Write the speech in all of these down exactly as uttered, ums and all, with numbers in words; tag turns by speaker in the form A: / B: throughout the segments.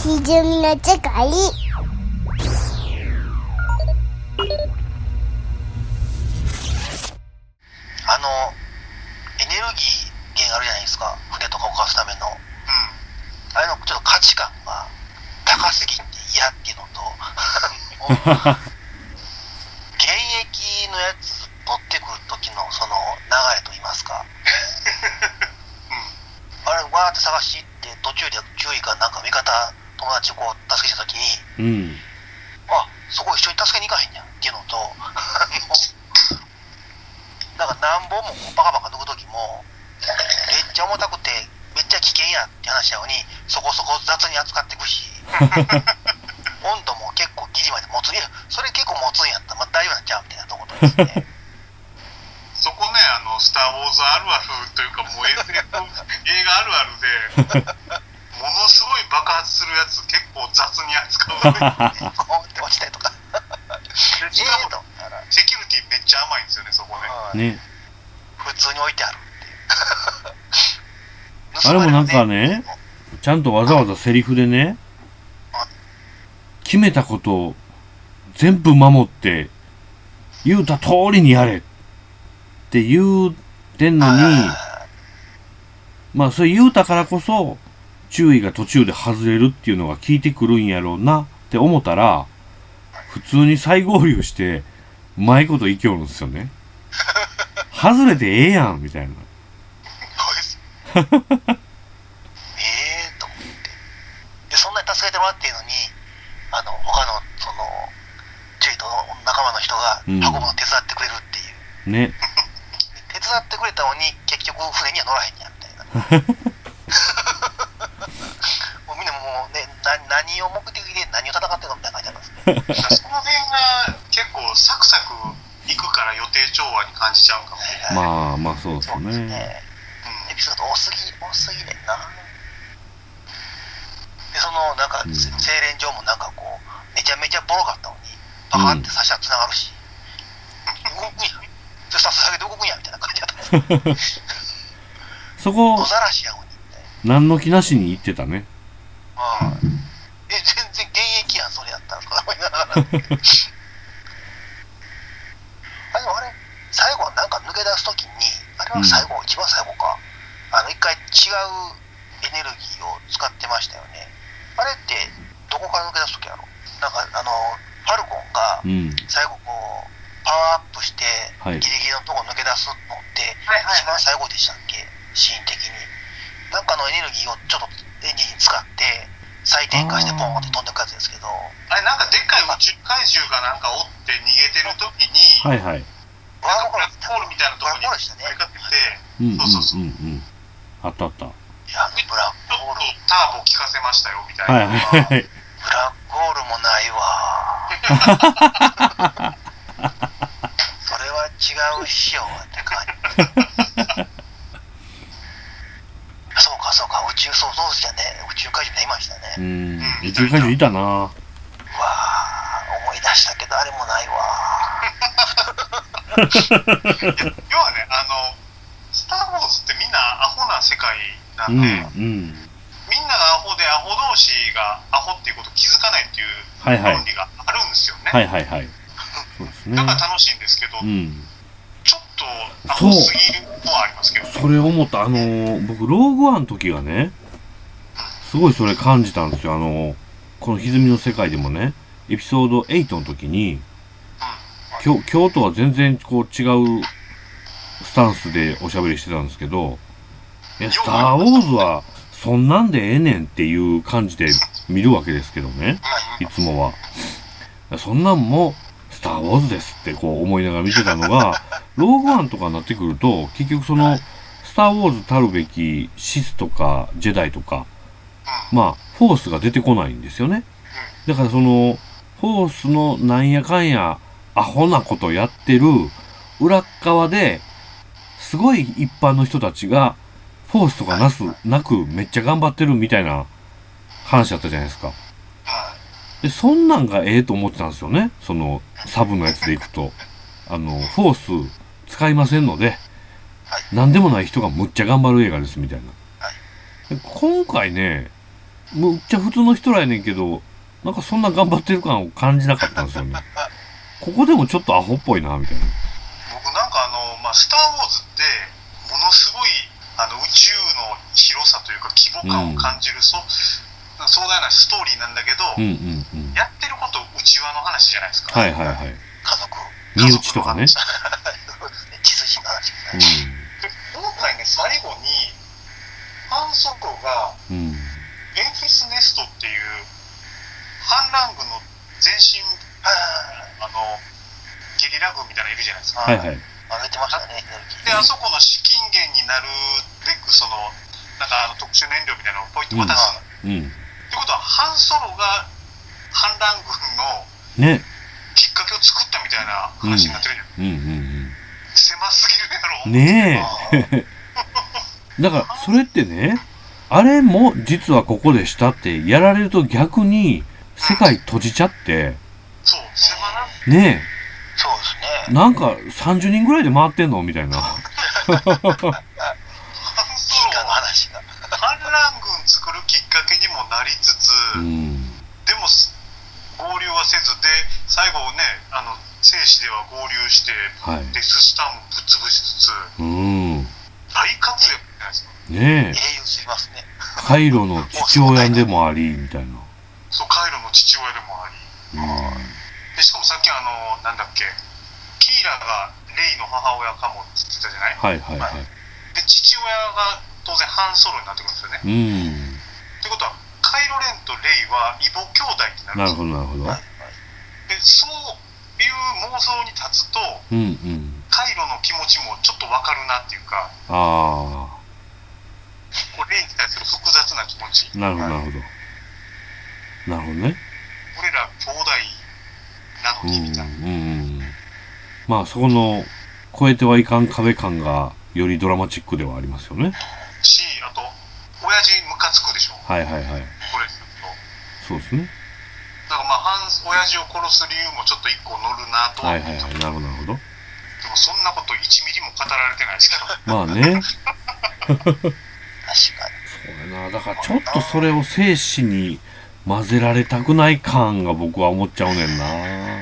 A: ひじゅみの世界。
B: あのエネルギー源あるじゃないですか、船とか動かすための、うん、あれのちょっと価値観が高すぎて嫌っていうのと現役のやつ乗ってくる時のその流れといいますか、うん、あれわーって探し行って途中で注意かなんか味方友達をこう助けした時に、うん、あそこ一緒に助けに行かへんやんっていうのとなんか何本もバカバカ抜く時もめっちゃ重たくてめっちゃ危険やって話なのにそこそこ雑に扱っていくし温度も結構ギリまで持つ。いやそれ結構持つんやったら、まあ、大丈夫なんちゃうみたいなところですね
C: そこね、あのスター・ウォーズあるあるというかもう エスエフ 映画あるあるでものすごい爆発するやつ結構雑に扱うね
B: コーンって落ちたりとか
C: しかもセキュリティめっちゃ甘いんですよね、そこね。
D: ね。
B: 普通に置いてあるっていう
D: あれもなんかね、ちゃんとわざわざセリフでね、決めたことを全部守って言うた通りにやれって言うてんのに、まあそれ言うたからこそ注意が途中で外れるっていうのが効いてくるんやろうなって思ったら、普通に再合流してうまいこといきおるんですよね。外れてええやんみたいな。
B: そうですええと思って、でそんなに助けてもらっているのに、あの他のそのチュイと仲間の人が運ぶの手伝ってくれるっていう、
D: うん、ね
B: 手伝ってくれたのに結局船には乗らへんやんみたいなもうみんなもうね、な何を目的で何を戦ってるのみたいな感じなんですね
C: その辺が結構サクサクいくから予定調和に感じちゃうかも。
D: まあまあそうですね。そうですね、
B: うん、エピソード多すぎ多すぎねんな。でそのなんか、うん、精錬場もなんかこうめちゃめちゃボロかったのにバカって差しはつながるし、うん、動くんやそしたらさげて動くんやみたいな感じだったんです
D: そこ
B: 野ざらしやのに
D: 何の気なしに言ってたね。
B: ああえ全然現役やんそれやったらとか思いながらあでもあれ最後なんか抜け出すときにあれは最後、うん、一番最後かあの一回違うエネルギーを使ってましたよね。あれってどこから抜け出すときやろ。なんかあのファルコンが最後こうパワーアップしてギリギリのとこ抜け出すのって一番最後でしたっけ、シーン的に。なんかのエネルギーをちょっとエンジンに使って再転化してポンって飛んでくやつですけど、
C: あれなんかでっかい宇宙怪獣かなんか追って逃げてるときに、
D: はいはい、
C: ワーホールみたいなところに引っかけて、そうそうそう、うんうんうん、
D: あったあった。
B: いやブラックホール
C: ターボ効かせましたよみたいな、はいはいはい、
B: ブラックホールもないわそれは違うっしょって感じそうかそうか、宇宙そうそうじゃね、宇宙怪獣いましたね。
D: うん、宇宙怪獣いたな。うわ
B: あ思い出したけどあれもないわ
C: 要はね、あのスター・ウォーズってみんなアホな世界なんで、うんうん、みんながアホでアホ同士がアホっていうことを気づかないっていう論理があるんですよね。
D: はいはいはい。そうですね。
C: だから楽しいんですけど、うん、ちょっとアホすぎるのはありますけど、ね、
D: それ思った。あのー、僕ローグワンの時がね、すごいそれ感じたんですよ。あのー、この歪みの世界でもね、エピソードはちの時に、うん、今日今日とは全然こう違うスタンスでおしゃべりしてたんですけど、いやスター・ウォーズはそんなんでええねんっていう感じで見るわけですけどね、いつもはそんなんもスター・ウォーズですってこう思いながら見てたのがローグワンとかになってくると結局そのスター・ウォーズたるべきシスとかジェダイとかまあフォースが出てこないんですよね。だからそのフォースのなんやかんやアホなことやってる裏側ですごい一般の人たちがフォースとかなすなくめっちゃ頑張ってるみたいな話だったじゃないですか。でそんなんがええと思ってたんですよね。そのサブのやつでいくとあのフォース使いませんので何でもない人がむっちゃ頑張る映画ですみたいな。で今回ねむっちゃ普通の人らやねんけど、なんかそんな頑張ってる感を感じなかったんですよね。ここでもちょっとアホっぽいなみたいな。
C: 僕なんかあの、まあ、スター・ウォーズってものすごいあの宇宙の広さというか規模感を感じる、うん、そ壮大なストーリーなんだけど、うんうんうん、やってること内輪の話じゃないですか。
D: はいはいはい。
B: 家族
D: 身内とかね。
B: そうですね、血筋の話みたいな。
C: うん、で今回ね、最後にハン・ソロが、うん、メンフィス・ネストっていう反乱軍の前身、あのゲリラ軍みたいなのいるじゃないですか。
D: はいはい。
B: あれてましたね。
C: で、あそこの資金源になるべく、そのなんかあの特殊燃料みたいなのをポイッと渡す、うんうん、ってことはハン・ソロが反乱軍のきっかけを作ったみたいな話になってるじゃん、うんうんうんうん、狭すぎるやろ
D: ねえだからそれってね、あれも実はここでしたってやられると逆に世界閉じちゃって、うん、
C: そう狭
D: なねえ、
B: そうですね、
D: なんかさんじゅうにんぐらいで回ってんのみたいな
B: 話が
C: 反乱軍作るきっかけにもなりつつ、うん、でも合流はせずで最後ね、あの生死では合流して、はい、デススターもぶっ潰しつつ、うん、大活躍じゃないですか
D: ねえ、
B: 英雄すぎますね。
D: カイロの父親でもありみたいな。
C: そう、カイロの父親でもあり、うん、でしかもさっきあのなんだっけ、キーラがレイの母親かもって言ってたじゃない。
D: はいはいはい。
C: で父親が当然ハンソロになってくるんですよね。うん。ってことはカイロレンとレイは異母兄弟になるんですよ。
D: なるほどなるほど。
C: でそういう妄想に立つと、うんうん、カイロの気持ちもちょっとわかるなっていうか、ああ、こうレイに対する複雑な気持ち。
D: なるほどなるほど。なるほどね。
C: 俺ら兄弟なのにみたいな。うんうんうん、
D: まあそこの越えてはいかん壁感がよりドラマチックではありますよね。
C: し、あと親父ムカつくでしょ。
D: はいはいはい。
C: これする
D: と。そうですね。
C: だからまあハン親父を殺す理由もちょっと一個乗るなとは思った。
D: はいはいはい。なるほどなるほど。
C: でもそんなこといちミリも語られてないですけど。
D: まあね。
B: 確かに。
D: そうやな。だからちょっとそれを生死に混ぜられたくない感が僕は思っちゃうねんな。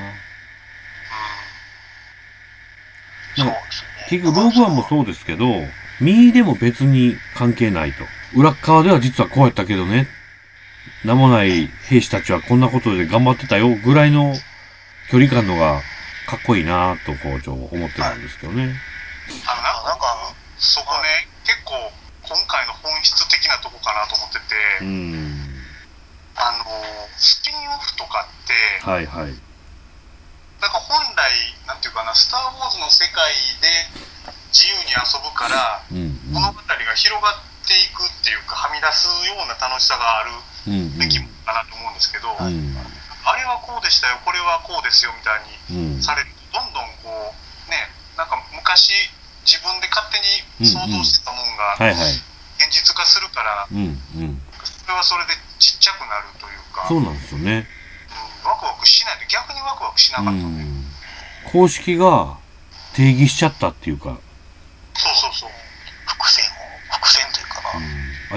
D: そうですね、結局ローグワンもそうですけど、ミーでも別に関係ないと。裏側では実はこうやったけどね、名もない兵士たちはこんなことで頑張ってたよぐらいの距離感のがかっこいいなとこうちょ思ってたんですけどね。
C: あのなんかそこね、結構今回の本質的なとこかなと思ってて、うん、あのスピンオフとかって、はいはい、なんか本来なんていうかな、スター・ウォーズの世界で自由に遊ぶから、うんうん、物語が広がっていくっていうかはみ出すような楽しさがあるべきものかなと思うんですけど、うんうん、あれはこうでしたよ、これはこうですよみたいにされると、どんどんこうね、なんか昔自分で勝手に想像してたもんが現実化するから、うんうん、それはそれでちっちゃくなるというか、
D: そうなんですよね、
C: うん、ワクワクしないで逆にワクワクしなかったね、うん、
D: 公式が定義しちゃったっていうか、
C: そうそうそう、
B: 伏線を伏線というかな、うん、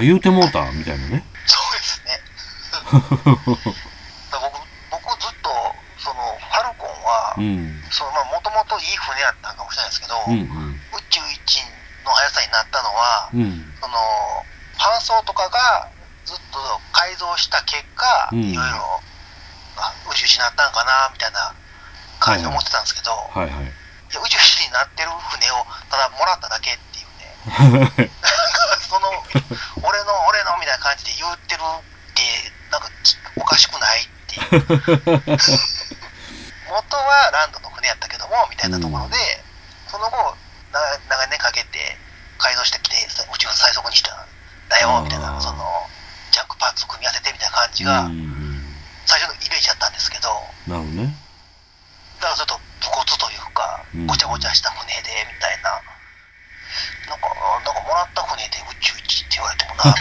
D: あ、言うてもうたみたいなね。
B: そうですね僕僕ずっとそのファルコンは、うん、そのまあもともといい船やったんかもしれないですけど、うんうん、宇宙一の速さになったのは、うん、その搬送とかがずっと改造した結果、うん、いろいろ宇宙一になったんかなみたいな感じで思ってたんですけど、はいはいはい、いや宇宙一になってる船をただもらっただけっていうねその俺の俺のみたいな感じで言ってるってなんかおかしくないっていう元はランドの船やったけどもみたいなところで、うん、その後長年かけて改造してきて宇宙最速にしたんだよみたいな、そのジャンクパーツを組み合わせてみたいな感じが最初のイメージだったんですけど、
D: なるほどね、
B: だからちょっと武骨というかごちゃごちゃした船でみたいな、なんかなんかもらった船で宇宙一って言われてもなみ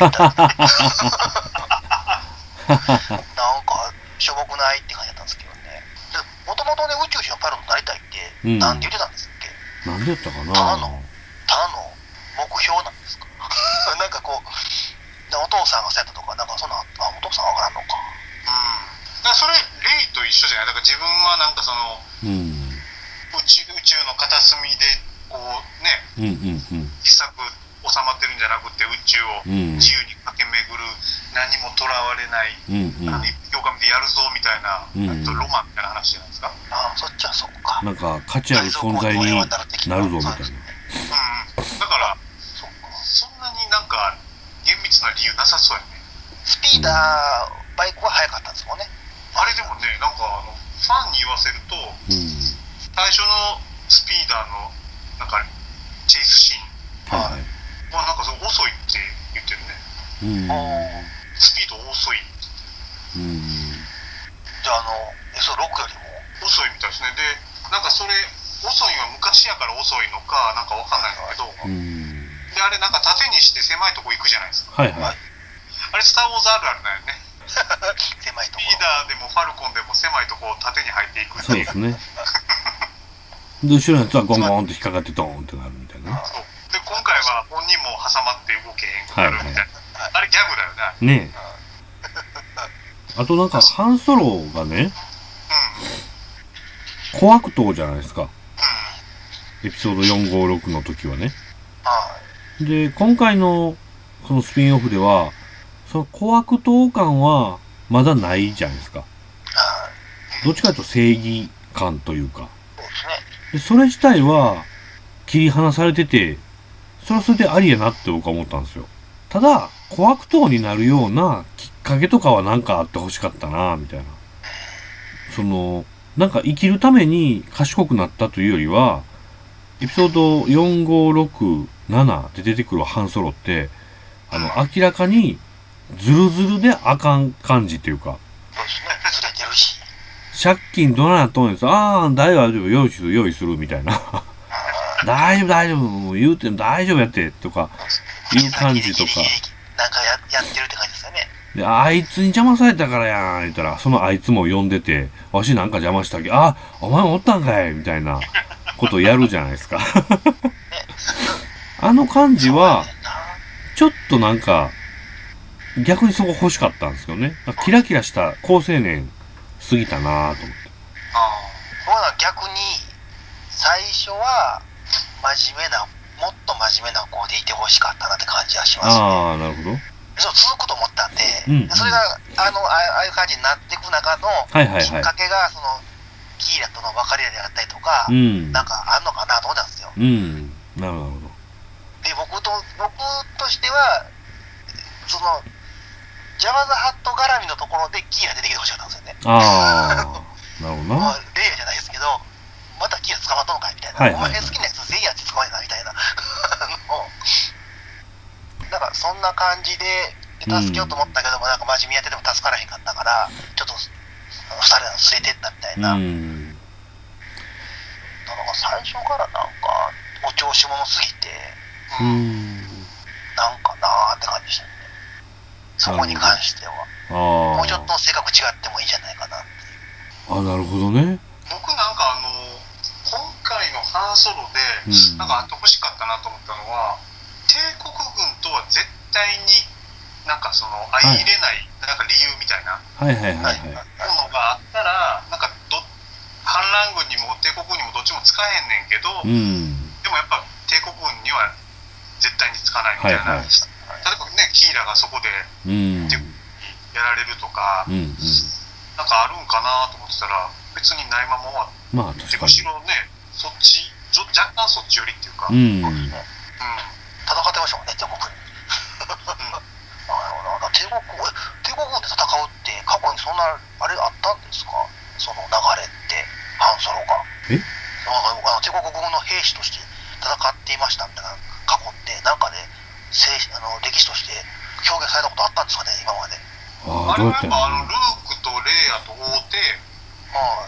B: たいななんかしょぼくないって感じだったんですけどね。もともとね宇宙一のパイロットになりたいってなんで言ってたんですっけ、
D: うん、なんでやったかな、
B: ただのただの目標なんですかなんかこうお父さんがそうやったとか、なんかそんな、あ、お父父さんわからんのか。
C: うん。だからそれレイと一緒じゃない。だから自分はなんかその、うん、宇宙宇宙の片隅でこうね、うんうんうん、一作収まってるんじゃなくて宇宙を自由に駆け巡る、何もとらわれない、うんうん、あの一票紙でやるぞみたいな、うんうん、ロマンみたいな話じゃないですか。
B: ああ、そっちはそうか。
D: なんか価値ある存在になるぞみたいな。うん、だ
C: からそんなになんか厳密な理由なさそうやね。
B: スピーダー、うん、バイクは速かったんですもんね。
C: あれでもね、なんかあのファンに言わせると、うん、最初のスピーダーのなんかチェイスシーン、はい、まあなんかその遅いって言ってるね。うん、スピード遅いって。うん、
B: じゃああの エスろく よりも
C: 遅いみたいですね。で、なんかそれ遅いのは昔やから遅いのかなんかわかんないんだけど、うん、であれなんか縦にして狭いとこ行くじゃないですか。はいはい。あれスターウォーズあるあるだよね。
B: 狭いとこ。
C: スピーダーでもファルコンでも狭いとこを縦に入っていくっていう。
D: そうですね。で後ろのやつはゴンゴンと引っかかってドーンってなるみたいな。
C: そう。で今回は本人も挟まって動けへんくなるみたいな。はいはい、あれギャグだよね。ね
D: え。あとなんかハンソロがね、うん、小悪党じゃないですか。うん、エピソードよんごろくの時はね。はい。で今回のそのスピンオフではその小悪党感はまだないじゃないですか。はい。どっちかというと正義感というか。そうですね。でそれ自体は切り離されてて、それはそれでありやなって僕は思ったんですよ。ただ小悪党になるようなきっかけとかはなんかあってほしかったなみたいな。そのなんか生きるために賢くなったというよりは、エピソードよんごろくななで出てくるハンソロってあの明らかにズルズルであかん感じっていうか。
B: そうですね。ずれてるし。
D: 借金どないなっとんです。ああ大丈夫用意する用意するみたいな。大丈夫大丈夫言うても大丈夫やってとかいう感じとか。
B: なんか や, やってるって感じですよね。
D: であいつに邪魔されたからやん言ったら、そのあいつも呼んでて、わしなんか邪魔したけど、あお前もおったんかいみたいなことをやるじゃないですか。あの感じはちょっとなんか逆にそこ欲しかったんですよね。キラキラした好青年過ぎたなぁと思って。
B: ああ、僕は逆に最初は真面目な、もっと真面目な子でいてほしかったなって感じはしますね。
D: ああ、なるほど。
B: そう続くと思ったんで、うんうん、でそれがあの あ, ああいう感じになっていく中のきっかけが、そのキーラとの別れであったりとか、うん、なんかあんのかなと思ったんですよ。うん、
D: なるほど。
B: で僕と僕としてはそのジャワザハット絡みのところでキーラ出てきてほしかったんですよね。ああ、なるほどな。レイヤーじゃないですけど、またキーラ捕まったのかいみたいな、はいはいはい、お前好きなやつ全員やって捕まえたみたいな。だからそんな感じで助けようと思ったけども、うん、なんか真面目やってても助からへんかったからちょっとふたりが据えてったみたいな、うん、だから最初からなんかお調子者すぎて、うん、なんかなーって感じでしたね。そこに関してはもうちょっと性格違ってもいいんじゃないかなっていう。
D: あ、なるほどね。
C: 僕なんかあの今回のハンソロで、うん、なんかあってほしかったなと思ったのは、帝国軍とは絶対になんかその相入れないなんか理由みたいなものがあったら、なんかど反乱軍にも帝国軍にもどっちも使えんねんけど、うん、でもやっぱ帝国軍には絶対に使わないみたいな、はいはい、例えばねキーラがそこで、うん、やられるとか、うんうん、なんかあるんかなと思ってたら別にないまま終わって、まあ、むしろねそっち若干そっち寄りっていうか、うん、うん
B: 戦ってましたもんね、帝国に。帝国帝国軍で戦うって過去にそんなあれあったんですか、その流れって。ハンソロがえあの帝国軍の兵士として戦っていましたみたいな過去ってなんかで、ね、あの歴史として表現されたことあったんですかね、今まで。
C: ああれはやっぱあのルークとレイヤと会うて、はい、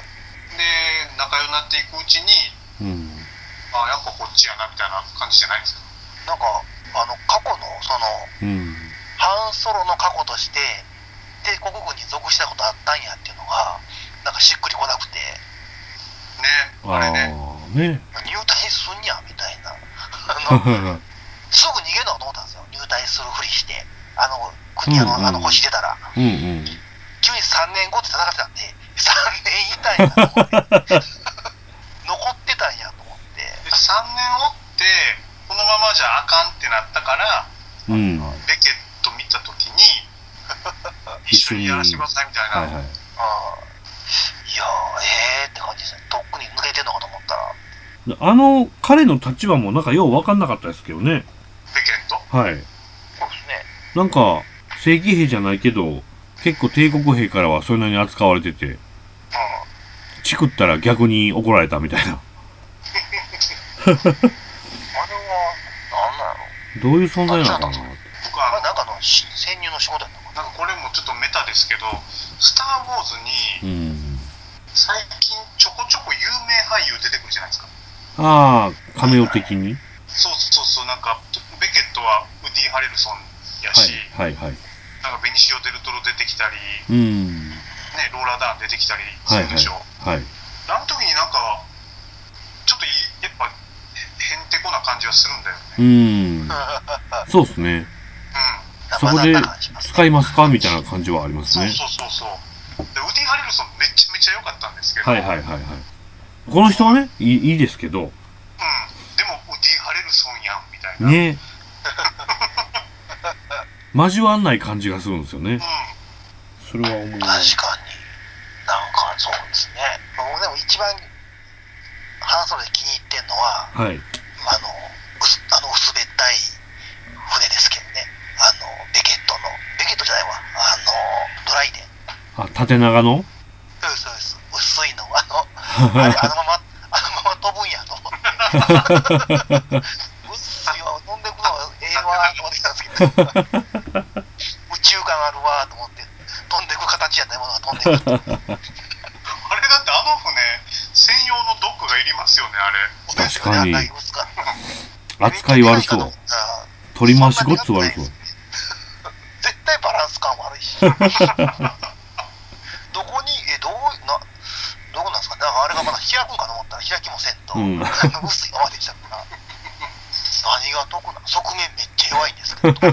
C: で仲良くなっていくうちに、うん、あやっぱこっちやなみたいな感じじゃないですか。
B: なんかあの過去のその、うん、ハンソロの過去として帝国軍に属したことあったんやっていうのがなんかしっくりこなくて
C: ね、あれね、
B: ね入隊すんやみたいなあのすぐ逃げるのかと思ったんですよ。入隊するふりしてあの国、あの、うんうん、あの星出たら、
D: うんうん、
B: 急にさんねんごって戦ってたんで、さんねんいたんやと思って残ってたんやと思って。
C: でさんねんおってこのままじゃあかんってなったから、うん、ベケット見たときに一緒にやらせてくださいみたいな。はいはい、あ
B: いやーえーって感じですね。とっくに抜けてんのかと思ったら。
D: あの彼の立場もなんかよう分かんなかったですけどね。
C: ベケット？
D: はい。
B: そうですね。
D: なんか正規兵じゃないけど結構帝国兵からはそれなりに扱われてて、チクったら逆に怒られたみたいな。
B: あれは何なの？
D: どういう存在なのかな。
B: 僕はなんかの潜入の仕事やったのかな。
C: なんかこれもちょっとメタですけど、スター・ウォーズに最近ちょこちょこ有名俳優出てくるじゃないですか。
D: ああ、カメオ的に。
C: そうそうそう、なんかベケットはウディ・ハレルソンやし、
D: はいはいはい、なん
C: かベニシオ・デルトロ出てきたり、
D: うん、
C: ね、ローラ・ダーン出てきたりするでしょ。
D: はいはいはい、
C: あの時になんかちょっとやっぱへんてこな感じはするんだよ
D: ね。うん、そうですね。うん、そこで使いますかみたいな感じはありますね。
C: そうそうそうそう。でウディ・ハレルソンめちゃめちゃ良かったんですけど。
D: はいはいはいはい。この人はね、いい、いいですけど。うん。でも、
C: ウディ・ハレルソンやん、みたいな。ね。
D: 交わんない感じがするんですよね。うん。それは思う。
B: 確かに。なんか、そうですね。僕でも一番、ハンソロで気に入ってんのは、はい。あの、あの薄べったい船ですけどね。あの、ベケットの、ベケットじゃないわ。あの、ドライデン。
D: あ、縦長の？
B: そうです、そうです。薄いの。あの、あれ、あのまま、あのまま飛ぶんやと思って。薄いわ、飛んでくのはええわと思ってたんですけど、宇宙感あるわと思って、飛んでく形やないものが飛んでく。あれだって
C: あの船、専用のドックがいりますよね、あれ。
D: 確かに。扱い悪そう。取り回しごっつ悪そう。
B: 絶対バランス感悪いし。どこに、え、どう、な、どこなんですかね。なんかあれがまだ開くんかと思ったら開きもせんと、うん、薄いままできちゃったから、何が得な、側面めっちゃ弱いんですけど、狙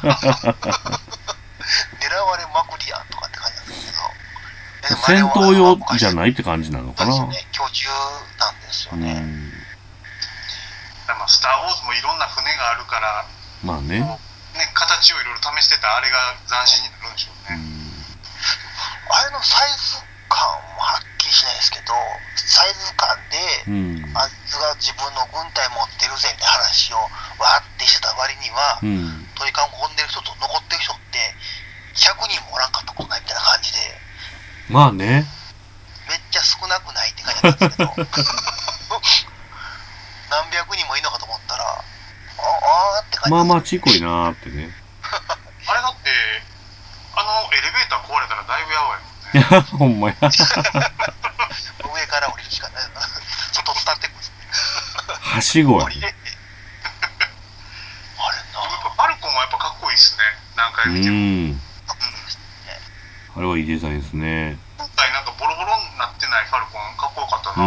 B: われまくりやんとかって感じなんですけど、
D: 戦闘用じゃないって感じなのかな。
B: そうですね、居住なんですよね。うん、
C: まあ、スター・ウォーズもいろんな船があるから、
D: まあね、ね、
C: 形をいろいろ試してたあれが斬新になるんでしょうね。うん、
B: あれのサイズ感ははっきりしないですけど、サイズ感で、うん、あいつが自分の軍隊持ってるぜみたいな話をわーってしてた割には、うん、取り囲んでる人と残ってる人ってひゃくにんもおらんかったことないみたいな感じで、
D: まあね、
B: めっちゃ少なくないって感じなんですけど何百人もいるのかと思ったら、ああーって感じ。
D: まあまあちっこいなーってね
C: あれだってあのエレベーター壊れたらだいぶやばいもんね。
D: いやほんまや
B: 上から降りるしかない外伝ってくるんですね。
D: はしごや。あれな。
C: やっぱファルコンはやっぱかっこいいっすね。何回見ても。うん。
D: あれはいいデザインですね。
C: 今回なんかボロボロになってないファルコンかっこよかったな。
D: うん。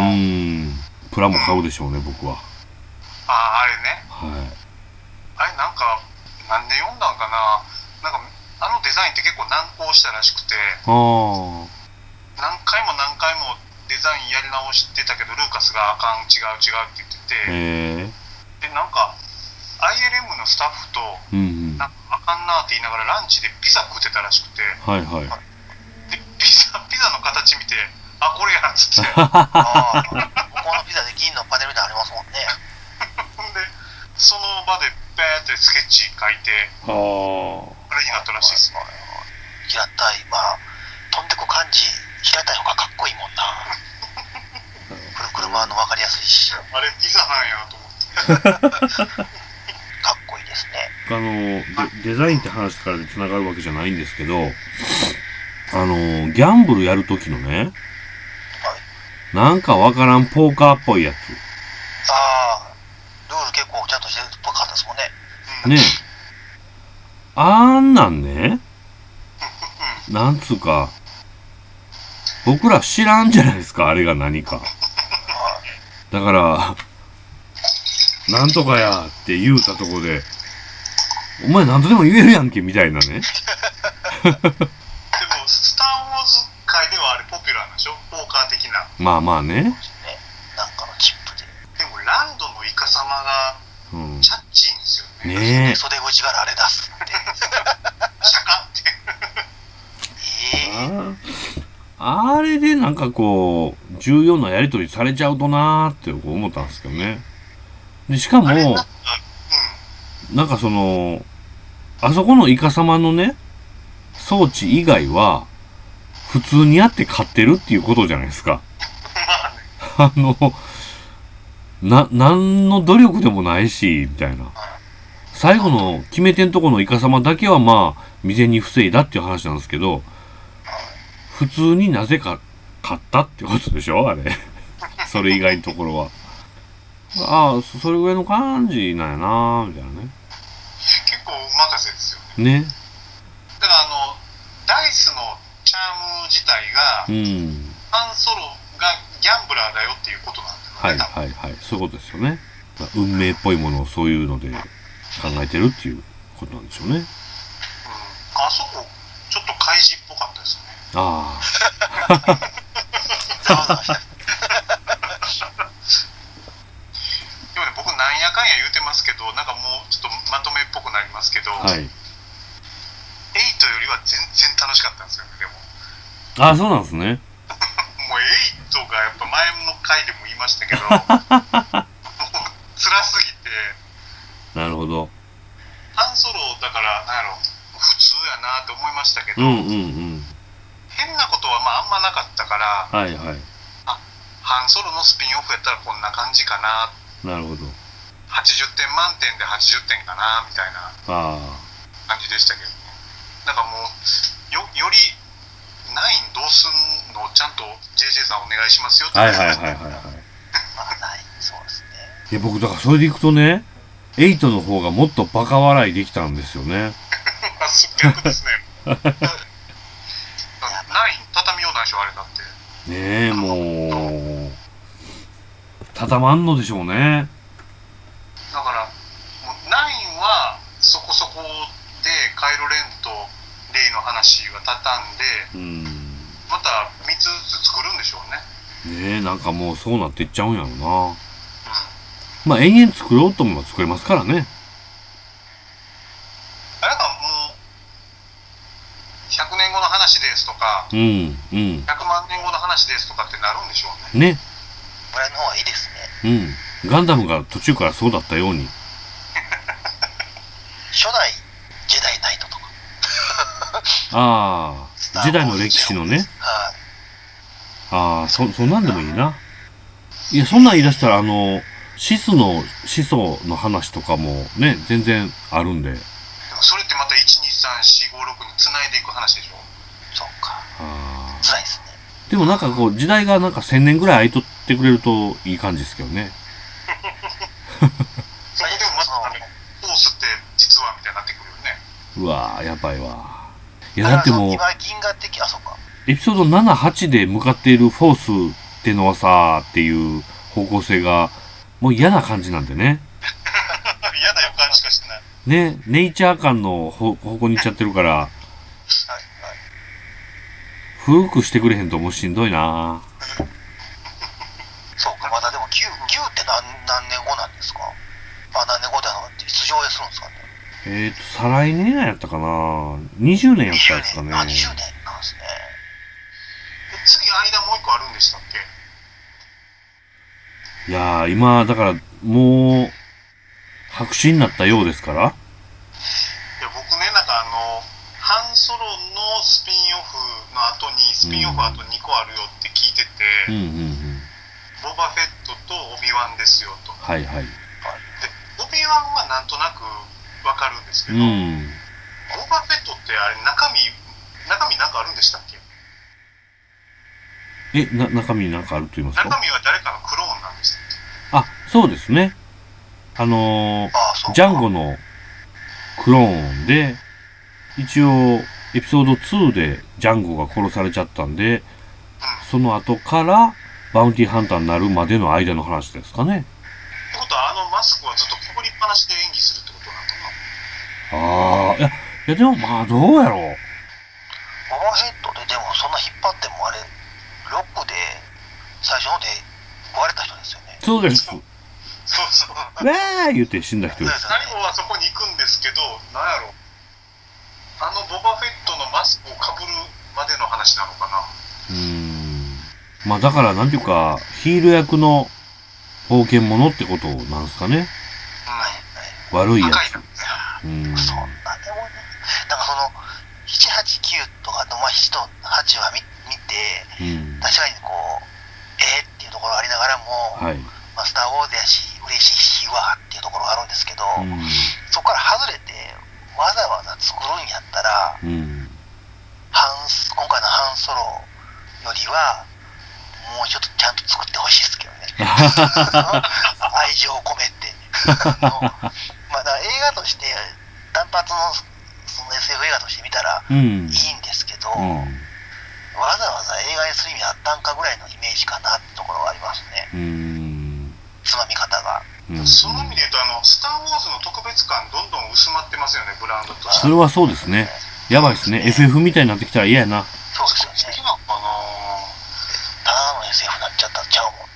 D: プラも買うでしょうね、うん、僕は。
C: ああ、あれね。
D: はい。
C: あれなんかなんで読んだんかな。なんかあのデザインって結構難航したらしくて。ああ。何回も何回もデザインやり直してたけどルーカスがあかん違う違うって言ってて、でなんか アイエルエム のスタッフと、うんうん、なんかあかんなって言いながらランチでピザ食ってたらしくて、
D: はいはい、
C: でピザピザの形見てあこれやっつって
B: あここのピザで銀のパネルみたいなのありますもんね
C: でその場でペーってスケッチ書いてあれになったらしいですね。
B: 平たい、まあ飛んでく感じ平たい方がかっこいいもんな車の分かりやすいし
C: あれピザなんやと思って
B: かっこいいですね。
D: あの デ, デザインって話からでつながるわけじゃないんですけど、あのギャンブルやるときのね、はい、なんかわからんポーカーっぽいやつ、
B: ああルール結構ちゃんとしてるっぽかったですもんね、
D: うん、ねえあんなんねなんつうか僕ら知らんじゃないですか、あれが何か。だからなんとかやって言うたとこでお前何とでも言えるやんけみたいなね。でも
C: スター・ウォーズ界ではあれポピュラーなんでしょ、ポーカー的な。
D: まあまあね。
B: なんかのチップで。
C: でもランドのイカ様がチャッチーんですよね。
D: うん、ねえ。
B: 袖口からあれ出すって。
C: シャカって。
B: えー、
D: ああれでなんかこう重要なやり取りされちゃうとなーって思ったんですけどね。でしかも、うん、なんかそのあそこのイカ様のね装置以外は普通にやって買ってるっていうことじゃないですか。あのな何の努力でもないしみたいな。最後の決め手んとこのイカ様だけはまあ未然に防いだっていう話なんですけど、普通になぜか買ったってことでしょあれ。それ以外のところは。ああ、それぐらいの感じなんやなーみたいなね。
C: 結構お任せですよね。
D: ね。
C: だからあのダイスのチャーム自体が、うん、ハンソロがギャンブラーだよっていうことなんだよね。
D: はいはいはい、そういうことですよね。運命っぽいものをそういうので考えてるっていうことなんでしょうね。うん、
C: あそこちょっと開示っぽかったですよね。
D: ああ。
C: でもね、僕なんやかんや言うてますけど、なんかもうちょっとまとめっぽくなりますけど、はい、エイトよりは全然楽しかったんですよね。でも
D: ああ、そうなんですね。
C: もうエイトがやっぱ前の回でも言いましたけど辛すぎて。
D: なるほど。
C: ハンソロだからなんやろ普通やなって思いましたけど、
D: うんうんうん、
C: 変なことはまああんまなかったから、
D: はいはい、
C: あ、ハンソロのスピンオフやったらこんな感じかな。
D: なるほど。
C: はちじゅってん満点ではちじゅってんかなみたいな感じでしたけどね。なんかもう よ, よりナインどうすんのちゃんと ジェージェー さんお願いしますよって。
D: はいはいはいはいはい。
B: まあナインそうですね。
D: いや僕だからそれでいくとね、エイトの方がもっとバカ笑いできたんですよね。
C: 逆ですね。ナイン畳ようないでしょあれだって。
D: ねえもう畳まんのでしょうね。
C: だからもうナインはそこそこでカイロレンとレイの話は畳んで、うん、またみっつずつ作るんでしょうね。
D: ねえなんかもうそうなっていっちゃうんやろな。うん、まあ延々作ろうとも作れますからね。
C: あれかもうひゃくねんごの話ですとか、うんうん、ひゃくまんねんごの話ですとかってなるんでしょうね。
B: ね。これの方がいいです
D: ね。うん。ガンダムが途中からそうだったように。
B: 初代ジェダイナイトとか。
D: ああ、ジェダイの歴史のね。はい。ああ、そそんなんでもいいな。いやそんなん言い出したらあのシスの始祖の話とかもね全然あるんで。
C: それってまたいちにさんよんごろくに繋いでいく話でしょ。
B: そうか。ああ。辛いですね。
D: でもなんかこう時代がなんかせんねんぐらい空いとってくれるといい感じですけどね。
C: そこでもまたあのフォースって実はみたいになってくるよね。
D: うわーやばいわ。いやだってもう
B: 今銀河的あそうか。
D: エピソードなな、はちで向かっているフォースってのはさっていう方向性がもう嫌な感じなんでね。
C: 嫌な予感しかしてない。
D: ね、ネイチャー感の方向に行っちゃってるから、はいはい、古くしてくれへんともうしんどいな。
B: そうか、まだでも きゅう, きゅうって 何, 何年後なんですか。あ、何年後だのって出場するんですかね。
D: えーと、再来年やったかな。にじゅうねんやったんですかね。
B: あ、にじゅうねんなんですね。
C: え、次間もう一個あるんでしたっ
D: け。いやー、今、だから、もう、白紙になったようですから。いや
C: 僕ねなんかあのハンソロのスピンオフの後にスピンオフあとにこあるよって聞いてて、うんうんうん、ボバフェットとオビワンですよと。
D: はいはい。で
C: オビワンはなんとなくわかるんですけど、うん、ボバフェットってあれ中身中身なんかあるんでしたっ
D: け。えな中身なんかあると言いますか。
C: 中身は誰かのクローンなんでしたっ
D: け。あそうですね。あのー、ジャンゴのクローンで、一応、エピソードツーでジャンゴが殺されちゃったんで、うん、その後から、バウンティーハンターになるまでの間の話ですかね。
C: ってことは、あのマスクはずっとかぶりっぱなしで演技するってことなのか
D: ああ、いや、いやでもまあどうやろう。
B: ボバフェットででもそんな引っ張ってもあれ、ロックで最初ので割れた人ですよね。
D: そうです。
C: そうそう。
D: わー言って死んだ人です。
C: 最後はそこに行くんですけど、なんやろ。あのボバフェットのマスクをかぶるまでの話なのかな。
D: うーん。まあだからなんていうか、ヒール役の冒険者ってことなんですかね。
C: うん、
D: 悪いやつ。
B: うん。そんなでもね、なんかそのななはちきゅうとかのまあななとはちは見見て、うん、確かにこうえーっていうところありながらも、はい、まあ、スター・ウォーズやし嬉しいしわーっていうところがあるんですけど、うん、そこから外れてわざわざ作るんやったら、うん、ハン今回のハンソロよりはもうちょっとちゃんと作ってほしいですけどね愛情を込めてまあだから映画として単発のその エスエフ 映画として見たらいいんですけど、うん、わざわざ映画にする意味あったんかぐらいのイメージかなってところがありますね。うん、つまみ方が、
C: うん、その意味で言うとあのスター・ウォーズの特別感どんどん薄まってますよね、ブランドとして。
D: それはそうですね。やばいですね。エスエフ みたいになってきたら嫌やな。
B: そうですよね。好きなのかな。ただの エスエフ になっちゃったらちゃうも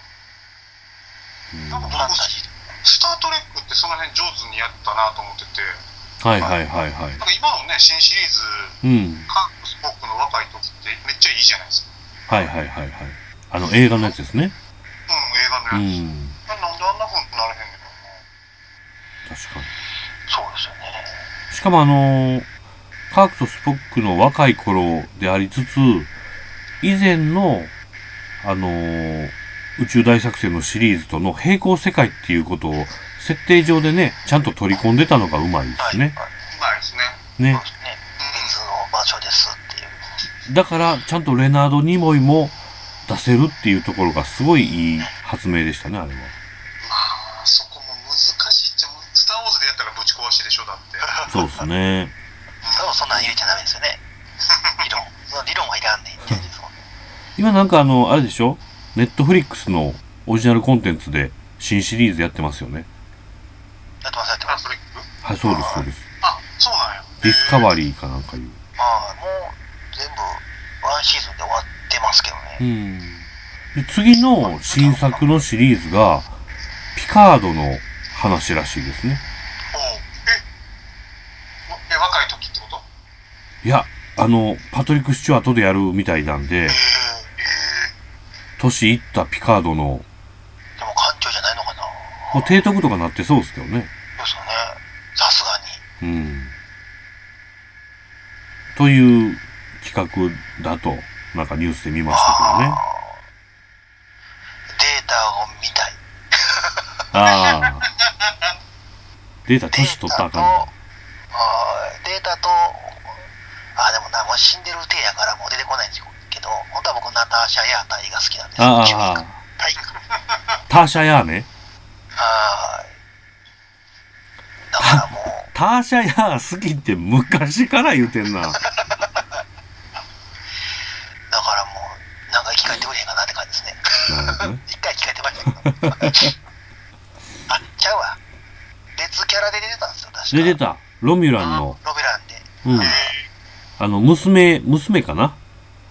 B: んな。うん、なんかファンタジー。
C: スター・トレックってその辺上手にやったなと思ってて。
D: はいはいはいはい。
C: なんか今のね新シリーズ、うん、カーク・スポックの若い時ってめっちゃいいじゃないですか。
D: はいはいはいはい。あの映画のやつですね。うん、映
C: 画のやつ。うん、なんであんな風になれへんねん
D: な。確かに。
B: そうですよね。
D: しかもあのー、カークとスポックの若い頃でありつつ、以前のあのー、宇宙大作戦のシリーズとの並行世界っていうことを設定上でね、ちゃんと取り込んでたのがうまいですね。
C: はい、うまいですね。
B: ね。そうですね。別の場所ですっていう。
D: だから、ちゃんとレナード・ニモイも出せるっていうところがすごいいい発明でしたね、あれは。ま
C: あ、そこも難しいっちゃ、スター・ウォーズでやったらぶち壊しでしょ、だって。
D: そうですね。
B: 多分そんなん入れちゃダメですよね。理論。その理論はいらんねんって言うんですもんね。
D: 今なんかあの、あれでしょ？ネットフリックスのオリジナルコンテンツで新シリーズやってますよね。
B: やってますやってます。
D: はい、そうですそうです。
C: あ、そうなんや。
D: ディスカバリーかなんかいう。
B: まあもう全部ワンシーズンで終わってますけどね。うん。
D: で次の新作のシリーズがピカードの話らしいですね。
C: おう、え、え若い時ってこと？
D: いや、あのパトリック・スチュワートでやるみたいなんで、えー、年いったピカードの。
B: でも艦長じゃないのかな。
D: もう提督とかなってそうですけどね。
B: そうですよね。さすがに。うん。
D: という企画だとなんかニュースで見ましたけどね。
B: データを見たい。
D: ああ。データ年取ったらあかんの。
B: データと、あ、でもな、もう死んでる体やからもう出てこないんですけど、本当は僕ナターシャ・ヤータイが好きなんですよ。
D: ああ。ターシャ・ヤーね。
B: はい。だからもう。
D: ターシャ・ヤー好きって昔から言うてんな。だから
B: もう、なんか生き返ってくれへんかなって感じですね。
D: なるほどね。
B: 一回生き返ってましたけど。あ、ちゃうわ。別キャラで出てたんですよ、確か。
D: 出てた。ロミュランの。
B: ロミュランで。
D: うん。あの、娘、娘かな。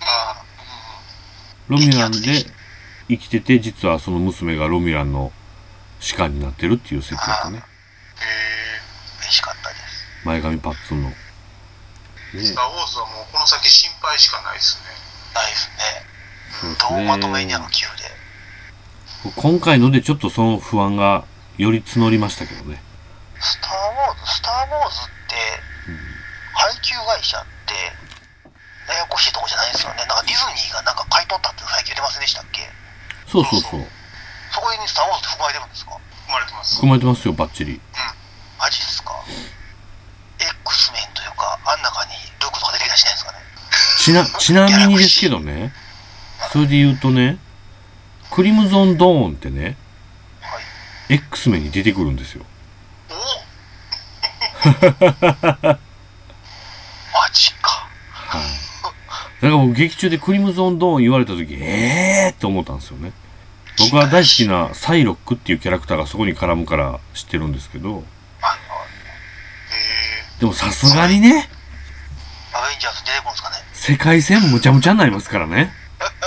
D: ロミュランで生きてて、実はその娘がロミュランの士官になってるっていう設定だったね。へ
B: ー、嬉しかったです。
D: 前髪パッツンの。ね、
C: スター・ウォーズはもうこの先心配しかないですね。
B: ないですね。
D: そうですね。
B: どうまとめにあのきゅうで。
D: 今回のでちょっとその不安がより募りましたけどね。
B: スター・ウォーズ、スター・ウォーズって、うん、配給会社って、ややこしいとこじゃないですよね。なんかディズニーがなんか買い取ったって最近言ってませんでしたっけ？
D: そうそうそう。
B: そこにスター・ウォーズって含まれてるんですか？
C: 含まれてます。
D: 含まれてますよ、バッチリ。うん。
B: マジっすか？ X メンというか、あん中にルークとか出てきたりしないですかね？
D: ちな、ちなみにですけどね、それで言うとね、クリムゾン・ドーンってね、はい、X メンに出てくるんですよ。
B: おマジか。
D: はい。だから僕劇中でクリムゾン・ドーン言われた時、えーって思ったんですよね。僕は大好きなサイロックっていうキャラクターがそこに絡むから知ってるんですけど、 でもさすがにね、
B: アベンジャーズ出てくるんですかね。
D: 世界戦むちゃむちゃになりますからね。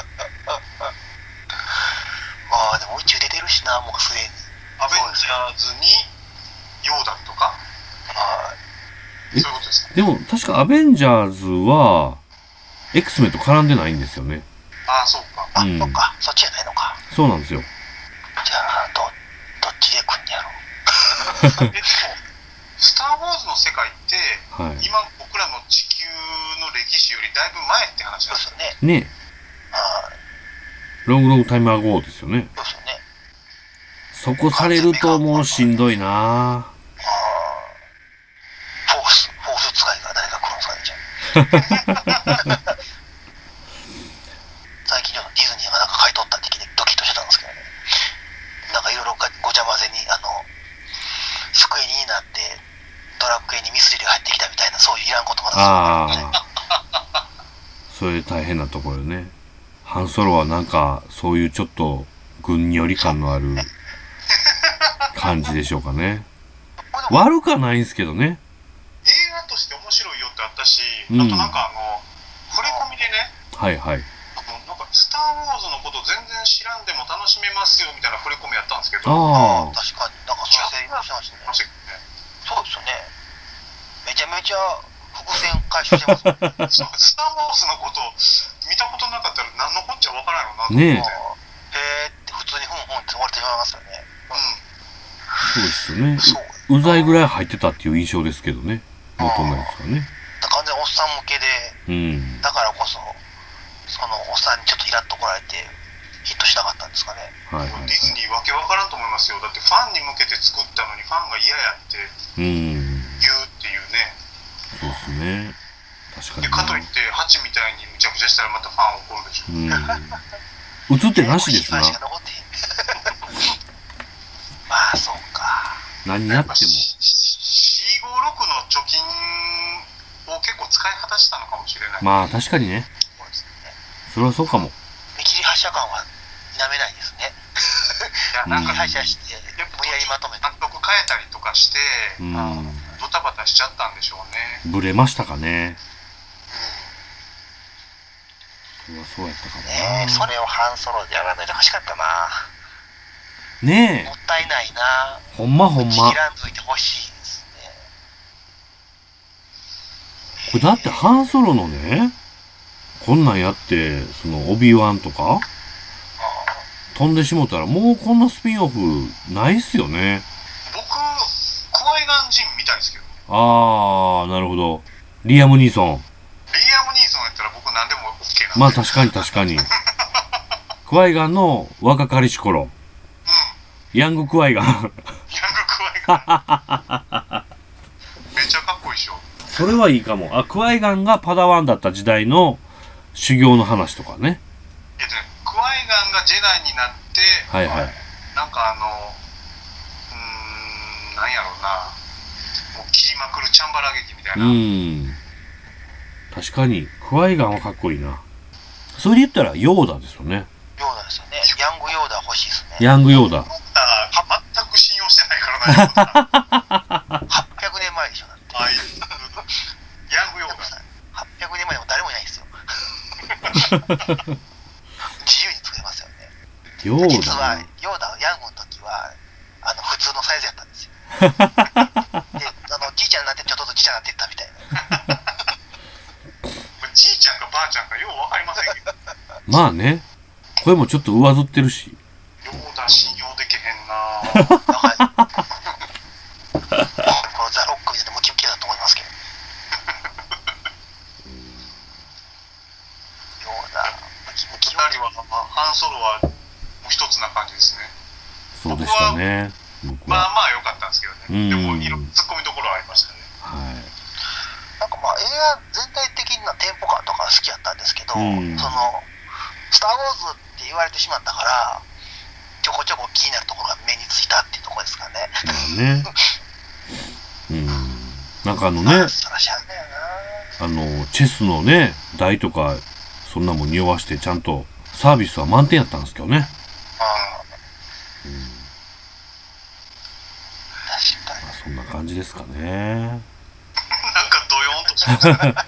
B: まあでも宇宙出てるしな、もうすでに。
C: アベンジャーズにヨーダとか、
B: はい。
C: そういうことですか。
D: でも確かアベンジャーズは X メンと絡んでないんですよね。
C: ああ、そうか。
B: あ、
D: うん、
B: そっか、そっちじゃないのか。
D: そうなんですよ。
B: じゃあ、ど、どっちで来んやろう。
C: え、でも、スター・ウォーズの世界って、
D: はい、
C: 今僕らの地球の歴史よりだいぶ前って話なんですよね。
D: ね。
B: はい。
D: ロングロングタイムアゴーですよね。
B: そうですよね。
D: そこされるともうしんどいな。
B: ああ。フォース、フォース使いが誰が来るんですかね、じゃあ。最近ちょっとディズニーがなんか買い取ったって聞いてドキッとしてたんですけどね。なんかいろいろごちゃ混ぜに、あの、スクエニになって、ドラクエにミスリルが入ってきたみたいな、そういういらんことが
D: ああ。それ大変なところよね。ハンソロはなんか、そういうちょっと、軍により感のある感じでしょうかね。悪くはないんですけどね。
C: 映画として面白いよってあったし、
D: うん、
C: あとなんかあの、触れ込みでね、
D: はいはい。
C: なんかスター・ウォーズのこと全然知らんでも楽しめますよみたいな触れ込みやったんですけど、
D: ああ、
B: 確かに、なんかそういう話してましたね。そうですよね。めちゃめちゃ伏線回収してますもんね。
C: そう、スター・ウォーズのこと見たことなかったら何のこっちゃわからんのなと思って。
D: ねえ。
B: へえって普通にふんふんって終わってしまいますよね。
D: そうですよね。う、うざいぐらい入ってたっていう印象ですけどね。元のやつがね。
B: 完全におっさん向けで、
D: うん、
B: だからこそ、そのおっさんにちょっとイラッと来られて、ヒットしなかったんですかね。
C: はいはいはい、ディズニーわけわからんと思いますよ。だってファンに向けて作ったのにファンが嫌やって言うっていうね。
D: うん、そうですね。確かに、ね。
C: でかといってハチみたいにむちゃくちゃしたらまたファン怒るでしょ。
D: うん。映ってなしですな。
B: まあそうか。
D: 何やっても。
C: よんごろくの貯金を結構使い果たしたのかもしれない。
D: まあ確かにね。そうですね。それはそうかも。
B: 見切り発車感は否めないですね。
C: いや、なんか
B: 発車して、無理やりまとめて。
C: 監督変えたりとかして、
D: うん、
C: ドタバタしちゃったんでしょうね。
D: ブレましたかね。うん。それはそうやったかな。
B: ねえ、それをハンソロでやらないでほしかったな。
D: ねえ。
B: もったいないな。
D: ほんまほんま。
B: 切らんといてほしいですね。
D: これだってハンソロのね、こんなんやって、そのオビワンとか飛んでしもたらもうこんなスピンオフないっすよね。
C: 僕、クワイガンジンみたいですけど。
D: あー、なるほど。リアム・ニーソン。
C: リアム・ニーソンやったら僕何でも OK なんで。
D: まあ確かに確かに。クワイガンの若かりし頃。うん。ヤングクワイガン。ヤングクワイガン。めっちゃかっこいいでしょ。それはいいかも。あ、クワイガンがパダワンだった時代の修行の話とかね。
C: えっとね、クワイガンがジェダイになって、
D: はいはい。
C: なんかあの、うーん、なんやろうな、もう切りまくるチャンバラ劇みたいな。うん。
D: 確かに、クワイガンはかっこいいな。それで言ったらヨーダですよね。
B: ヨーダですよね。ヤングヨーダ欲しいですね。
D: ヤングヨーダ。
C: ヨーダ、全く信用してないからな、
B: はっぴゃくねんまえでしょ。
C: ああいうヤングヨーダ。
B: はっぴゃくねんまえでも誰もいないんですよ。自由に作れますよね。
D: ヨーダ
B: 実はヨーダヤングの時はあの普通のサイズやったんですよ。で、あのじいちゃんになってちょっとずつちっちゃくなっていったみたいな。
C: じいちゃんかばあちゃんかようわかりませんけど。
D: まあね、声もちょっと上ずってるし。
C: ヨーダ信用できへんな。こ
B: のザ・ロック見ててムキムキだと思いますけど。ヨーダムキムキ。
C: ふたりはハンソロはもう一つな感じですね。
D: そうでしたね。
C: まあまあ良かったんですけどね。でもいろんなツッコミどころはありましたね。
B: はい。なんかまあ映画全体的なテンポ感とか好きやったんですけど、うん、そのスター・ウォーズって言われてしまったからちょこちょこ気になるところが目についたっていうところですかね。
D: まあね。うん。なんかあのね、あのチェスのね台とかそんなもん匂わしてちゃんとサービスは満点やったんですけどね。ああ。うん。
B: 確かに。
D: まあそんな感じですかね。
B: しれないです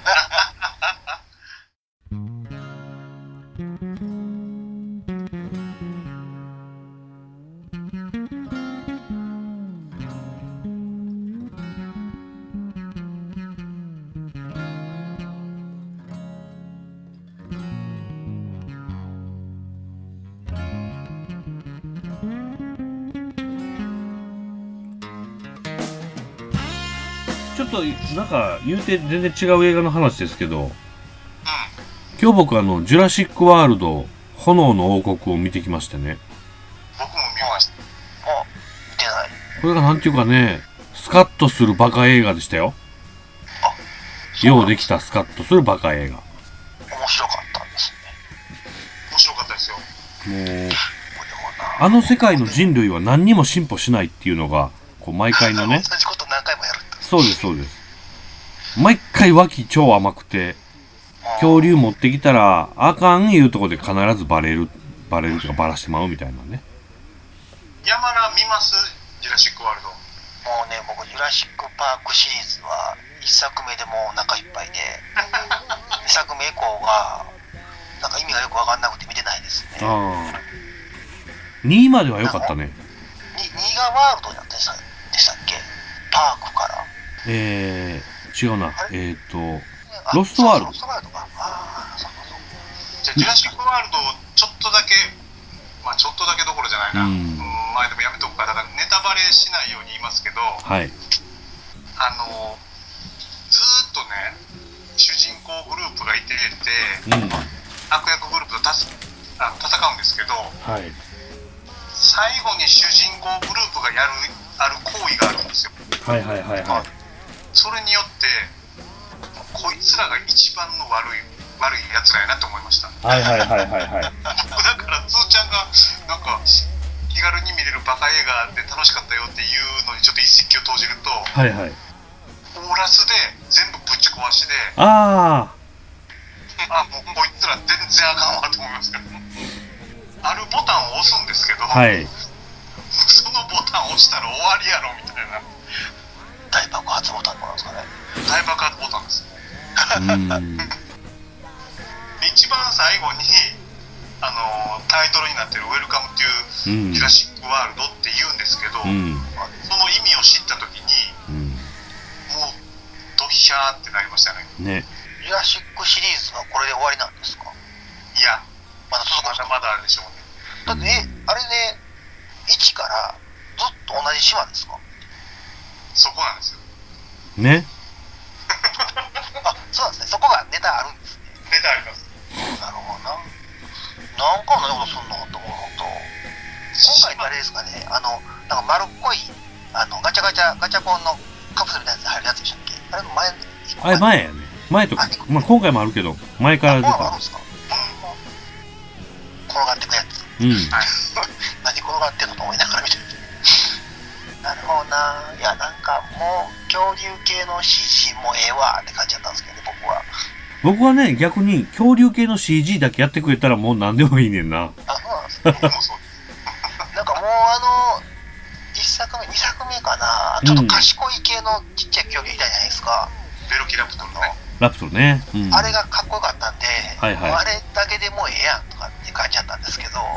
D: ちょっとなんか言うて全然違う映画の話ですけど、うん、今日僕あのジュラシックワールド炎の王国を見てきましてね。
C: 僕も見ました。
B: あ、見てない。
D: これがなんていうかね、スカッとするバカ映画でしたよ。あ、ようできたスカッとするバカ映画。
B: 面白かったんですね。
C: 面白かったですよ。
D: もうあの世界の人類は何にも進歩しないっていうのがこう毎回のね。
B: 同じこと何回もやる。
D: そうですそうです。毎回脇超甘くて、恐竜持ってきたらあかんいうとこで必ずバレるバレるとかバラしてまうみたいなね。
C: 山田見ます？ジュラシックワールド。も
B: うね、僕ジュラシックパークシリーズはいっさくめでもうお腹いっぱいでにさくめ以降がなんか意味がよく分かんなくて見てないですね。あ
D: にいまでは良かったね。
B: にいがワールドになってでしたっけ？パークから
D: えー、違うな。えっ、ー、とロストワールド。ロストワールドか。
C: ああ、そうそうそう。じゃあジュラシックワールドをちょっとだけ、まあちょっとだけどころじゃないな。うん。前でもやめとくから、だからネタバレしないように言いますけど、
D: はい。
C: あのずーっとね、主人公グループがいてて、うん、悪役グループとたすあ戦うんですけど、
D: はい。
C: 最後に主人公グループがやるある行為があるんですよ。
D: はいはいはいはい。
C: それによってこいつらが一番の悪い悪いやつらやなと思いました。
D: はいはいはいはいはい。
C: 僕だからつーちゃんがなんか気軽に見れるバカ映画で楽しかったよっていうのにちょっと一石を投じると、
D: はいはい。
C: オーラスで全部ぶち壊しで、
D: あ
C: あ、もうこいつら全然あかんわと思いますから。あるボタンを押すんですけど、
D: はい、
C: そのボタンを押したら終わりやろみたいな。
B: 大爆発ボタンなんですかね。
C: 大爆発ボタンです。
D: うん
C: 一番最後にあのタイトルになってるウェルカムっていうジュラシックワールドって言うんですけど、うん、その意味を知った時に、うん、もうドヒャーってなりましたね。
D: ね。
B: ジュラシックシリーズはこれで終わりなんですか？
C: いや、
B: まだ続くんですか？
C: まだまだあるでしょうね。
B: だってえあれでいちからずっと同じ島ですか？
C: そこなんですよ
D: ね。
B: あ、そうなんですね。そこがネタあるんですね。
C: ネタあります。
B: なるほどな。なんかのようなことすんのと思うのと、今回あれですかね、あのなんか丸っこいあのガチャガチャガチャポンのカプセルみたいなやつ入るやつでしたっけ？あれ前
D: あれ前やね。前とか、まあ今回もあるけど前から出た。
B: あるんですか？転がってくやつ。
D: うん。
B: 何転がってんのと思いながら見てる。なるほどな。いやなんかもう恐竜系の シージー もええわって感じだったんですけどね、僕は。
D: 僕はね、逆に恐竜系の シージー だけやってくれたらもう何でもいいねんな。
B: あ、そうなんですね。僕もそうです。なんかもうあのいっさくめにさくめかな、ちょっと賢い系のちっちゃい恐竜いたじゃないですか、
C: うん、ベロキラプトルの
D: ラプトルね、
B: うん、あれがかっこよかったんで、
D: はいはい、
B: あれだけでもうええやんとかって感じだったんですけど、
D: うん、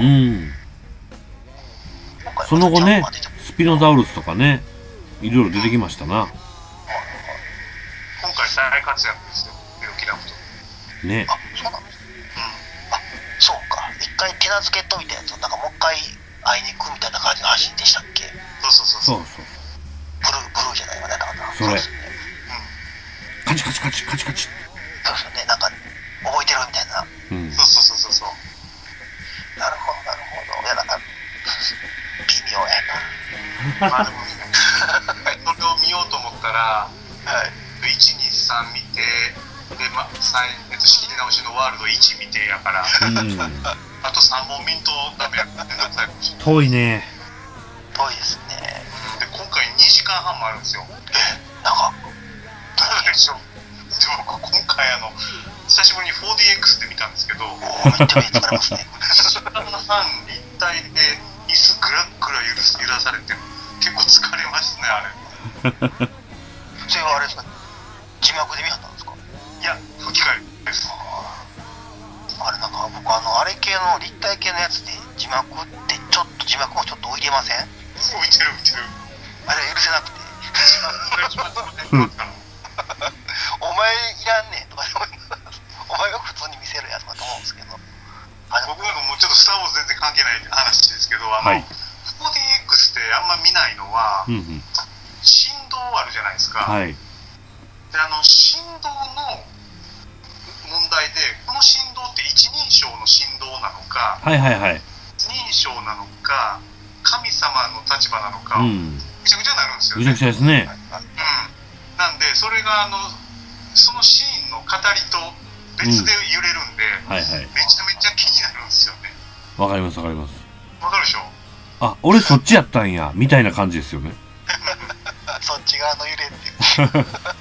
D: その後ねスピノザウルスとかねいろいろ出てきましたな、うん、
C: 今回再活躍ですよベロキラプトル
D: ね。
B: あ、そうなんですね、うん、あ、そうか、一回手なずけといたやつをなんかもう一回会いに行くみたいな感じの話でしたっけ？
C: そうそうそうそう。
B: ブルー、ブルーじゃないわね、だから
D: それ。それ、ね、うん。カチカチカチカチカチ。
B: そうですよね、なんか覚えてるみたいな。
C: うん。そうそうそうそうそう。
B: なるほどなるほど。いやなんか微妙やな。
C: まあでもね、それを見ようと思ったら、はい。いち、に、さん見て、でま再えっと仕切り直しのワールドいち見てやから。うん。あとさんぼん見んとダメやめんどくさいかもしれない。
D: 遠いね。
B: 遠いですね。
C: で今回にじかんはんもあるんですよ。
B: え、なんか
C: どうでしょう。でも僕今回あの久しぶりに フォーディーエックス で見たんですけど、
B: おー、めっちゃ目疲れますね。
C: にじかんはん立体で椅子グラグラ揺らされて結構疲れますねあれ。
B: それはあれですか、字幕で見はったんですか？ の立体系のやつで字幕ってちょっと字幕もちょっと浮いてません？
C: 浮いてる浮いてる。
B: あれ許せなくて
C: うん、
B: お前いらんねんとかお前が普通に見せるやつだと思うんですけど、
C: 僕なんかもうちょっとスター・ウォーズ全然関係ない話ですけど、あの、はい、フォーディーエックス ってあんま見ないのは、うんうん、振動あるじゃないですか、はい、であの振動の問題で、この振動って一人称の振動なのか、
D: はいはいはい、
C: 一人称なのか神様の立場なのか、うん、ぐちゃぐちゃになるんですよね。
D: ぐちゃぐちゃですね、
C: うん、なんでそれがあのそのシーンの語りと別で揺れるんで、うん、はいはい、めちゃめちゃ気になるんですよね。
D: わかりますわかります。
C: わかるでしょ。
D: あ、俺そっちやったんやみたいな感じですよね
B: そっち側の揺れっていう